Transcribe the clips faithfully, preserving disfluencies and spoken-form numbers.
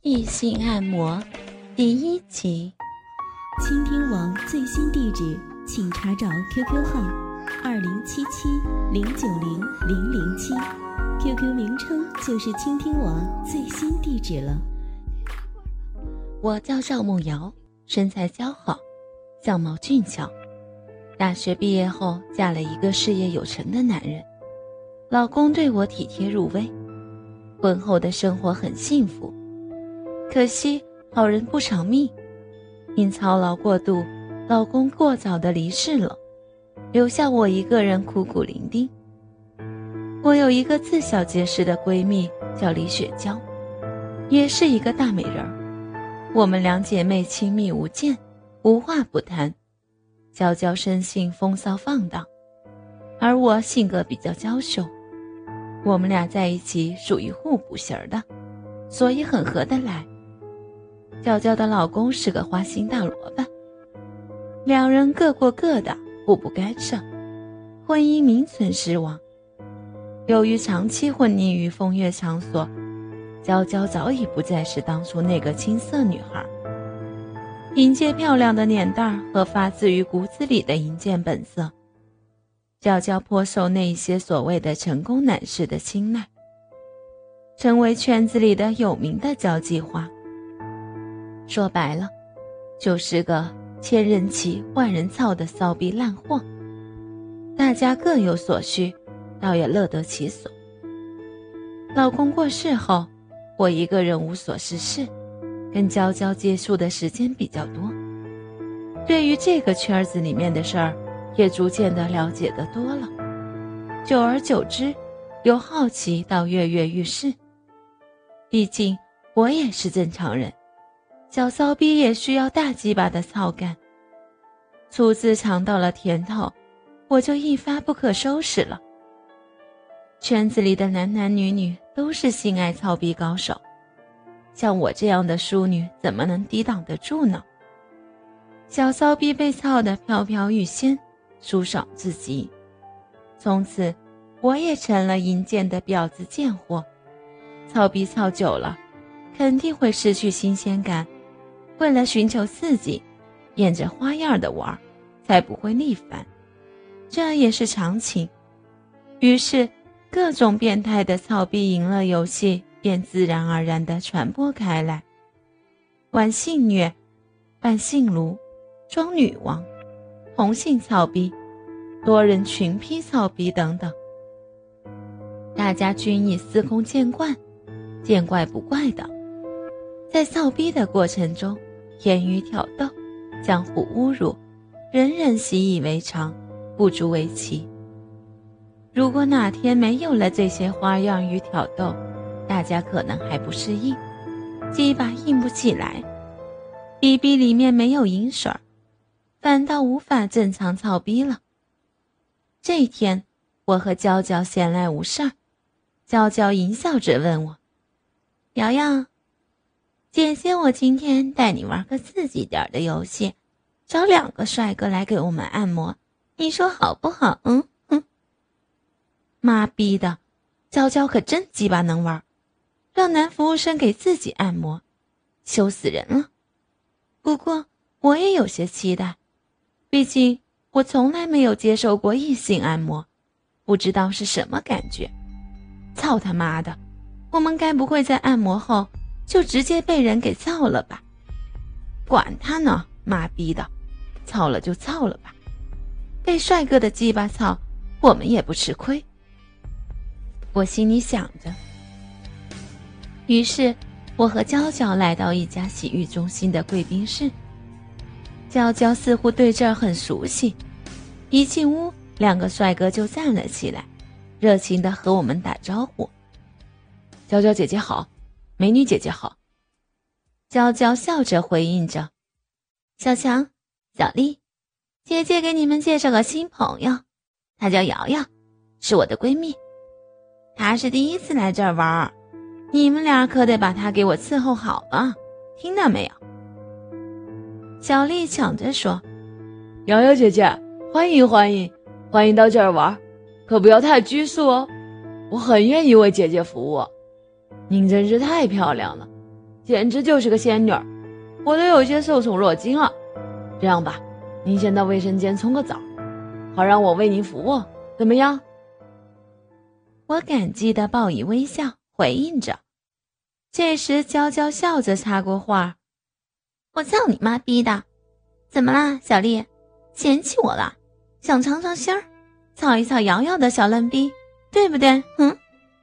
异性按摩第一集。 倾听网最新地址，请查找 Q Q 号二零七七零九零零零七 ，Q Q 名称就是倾听网最新地址了。 我叫赵梦瑶，身材姣好，相貌俊俏。大学毕业后嫁了一个事业有成的男人，老公对我体贴入微，婚后的生活很幸福。可惜好人不长命，因操劳过度，老公过早的离世了，留下我一个人苦苦伶仃。我有一个自小结识的闺蜜叫李雪娇，也是一个大美人儿。我们两姐妹亲密无间，无话不谈。娇娇生性风骚放荡，而我性格比较娇羞，我们俩在一起属于互补型的，所以很合得来。娇娇的老公是个花心大萝卜，两人各过各的，互不干涉，婚姻名存实亡。由于长期混溺于风月场所，娇娇早已不再是当初那个青涩女孩。凭借漂亮的脸蛋和发自于骨子里的淫贱本色，娇娇颇受那些所谓的成功男士的青睐，成为圈子里的有名的交际花。说白了，就是个千人骑万人操的骚逼烂货。大家各有所需，倒也乐得其所。老公过世后，我一个人无所事事，跟娇娇接触的时间比较多，对于这个圈子里面的事儿也逐渐的了解得多了。久而久之，由好奇到跃跃欲试。毕竟我也是正常人，小骚逼也需要大鸡巴的操干。初次尝到了甜头，我就一发不可收拾了。圈子里的男男女女都是性爱操逼高手，像我这样的淑女怎么能抵挡得住呢？小骚逼被操得飘飘欲仙，舒爽至极。从此我也成了淫贱的婊子贱货。操逼操久了肯定会失去新鲜感，为了寻求刺激，演着花样的玩，才不会腻烦，这也是常情。于是各种变态的操逼淫乐游戏便自然而然地传播开来，玩性虐、扮性奴、装女王、同性操逼、多人群批操逼等等，大家均已司空见惯，见怪不怪的。在操逼的过程中，言语挑逗、江湖侮辱，人人习以为常，不足为奇。如果哪天没有了这些花样与挑逗，大家可能还不适应，鸡巴硬不起来，逼逼里面没有饮水，反倒无法正常操逼了。这一天，我和娇娇闲来无事儿，娇娇淫笑着问我：瑶瑶，姐姐我今天带你玩个刺激点的游戏，找两个帅哥来给我们按摩，你说好不好？嗯哼。妈逼的，娇娇可真鸡巴能玩，让男服务生给自己按摩，羞死人了。不过我也有些期待，毕竟我从来没有接受过异性按摩，不知道是什么感觉。操他妈的，我们该不会在按摩后就直接被人给操了吧？管他呢，妈逼的，操了就操了吧，被帅哥的鸡巴操，我们也不吃亏。我心里想着。于是我和娇娇来到一家洗浴中心的贵宾室。娇娇似乎对这儿很熟悉，一进屋，两个帅哥就站了起来，热情地和我们打招呼。娇娇姐姐好，美女姐姐好。娇娇笑着回应着。小强、小丽，姐姐给你们介绍个新朋友，她叫瑶瑶，是我的闺蜜。她是第一次来这儿玩，你们俩可得把她给我伺候好了，听到没有？小丽抢着说。 瑶瑶姐姐，欢迎欢迎，欢迎到这儿玩，可不要太拘束哦，我很愿意为姐姐服务。您真是太漂亮了， 简直就是个仙女儿，我都有些受宠若惊了。这样吧，您先到卫生间冲个澡，好让我为您服务，怎么样？ 我感激地报以微笑回应着。这时娇娇笑着插过话：我操你妈逼的，怎么啦小丽，嫌弃我了？想尝尝鲜儿，操一操瑶瑶的小嫩逼，对不对？嗯。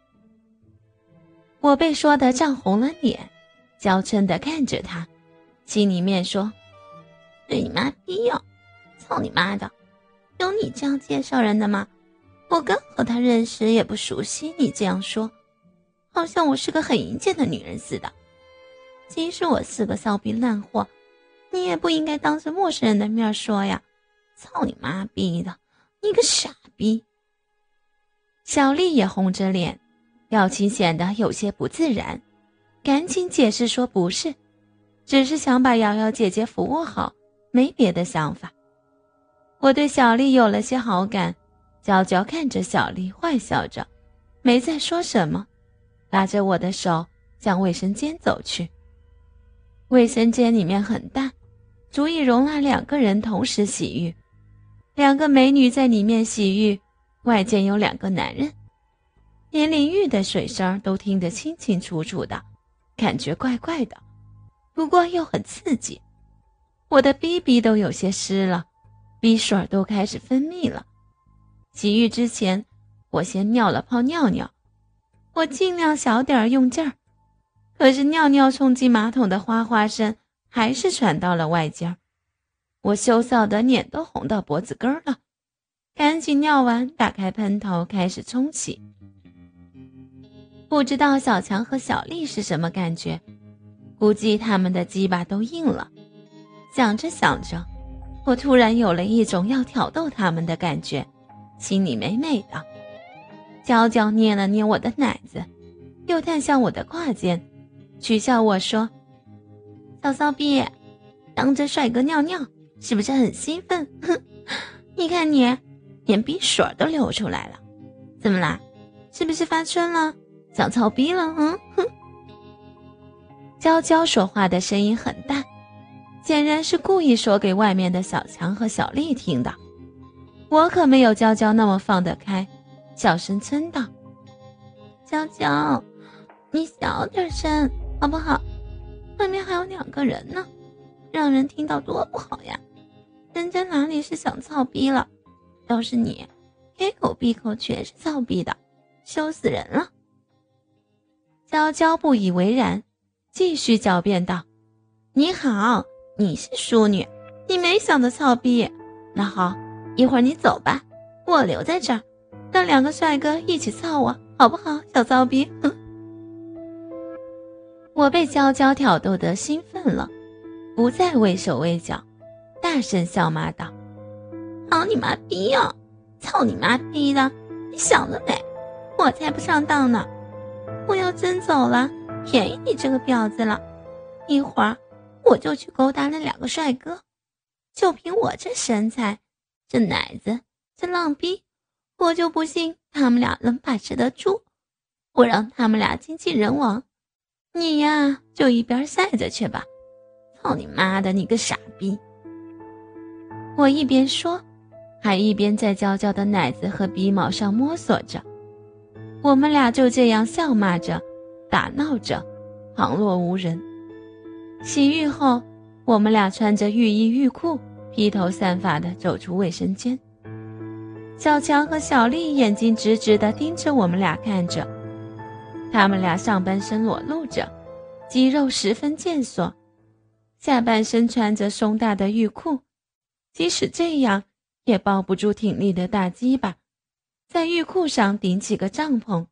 我被说得涨红了脸，娇嗔地看着他，心里面说：对你妈逼哟，操你妈的，有你这样介绍人的吗？我刚和他认识也不熟悉，你这样说，好像我是个很淫贱的女人似的。即使我是个骚逼烂货，你也不应该当着陌生人的面说呀，操你妈逼的，你个傻逼。小丽也红着脸，表情显得有些不自然，赶紧解释说不是，只是想把瑶瑶姐姐服务好，没别的想法。我对小丽有了些好感，娇娇看着小丽坏笑着，没再说什么，拉着我的手向卫生间走去。卫生间里面很大，足以容纳两个人同时洗浴，两个美女在里面洗浴，外间有两个男人，连淋浴的水声都听得清清楚楚的，感觉怪怪的，不过又很刺激。我的逼逼都有些湿了，逼水都开始分泌了。洗浴之前，我先尿了泡尿尿，我尽量小点用劲儿，可是尿尿冲进马桶的哗哗声还是传到了外间。我羞臊的脸都红到脖子根了，赶紧尿完，打开喷头开始冲洗。不知道小强和小丽是什么感觉，估计他们的鸡巴都硬了。想着想着，我突然有了一种要挑逗他们的感觉，心里美美的。娇娇捏了捏我的奶子，又探向我的胯间，取笑我说：小骚逼，当着帅哥尿尿是不是很兴奋？哼，你看你连逼水都流出来了，怎么啦？是不是发春了？想操逼了？嗯哼。娇娇说话的声音很大，显然是故意说给外面的小强和小丽听的。我可没有娇娇那么放得开，小声嗔道：娇娇，你小点声好不好？外面还有两个人呢，让人听到多不好呀。人家哪里是想操逼了，倒是你开口闭口全是操逼的，羞死人了。娇娇不以为然，继续狡辩道：你好，你是淑女，你没想着操逼。那好，一会儿你走吧，我留在这儿，让两个帅哥一起操我，好不好，小骚逼？哼！我被娇娇挑逗得兴奋了，不再畏手畏脚，大声笑骂道：好你妈逼呀、哦！操你妈逼的！你想得美，我才不上当呢！我要真走了，便宜你这个婊子了。一会儿我就去勾搭那两个帅哥，就凭我这身材，这奶子，这浪逼，我就不信他们俩能把持得住。我让他们俩精尽人亡，你呀就一边晒着去吧。操你妈的，你个傻逼！我一边说，还一边在娇娇的奶子和鼻毛上摸索着。我们俩就这样笑骂着，打闹着，旁若无人。洗浴后，我们俩穿着浴衣浴裤，披头散发地走出卫生间。小强和小丽眼睛直直地盯着我们俩看着，他们俩上半身裸露着，肌肉十分健硕，下半身穿着松大的浴裤，即使这样也抱不住挺立的大鸡巴，在浴裤上顶起个帐篷，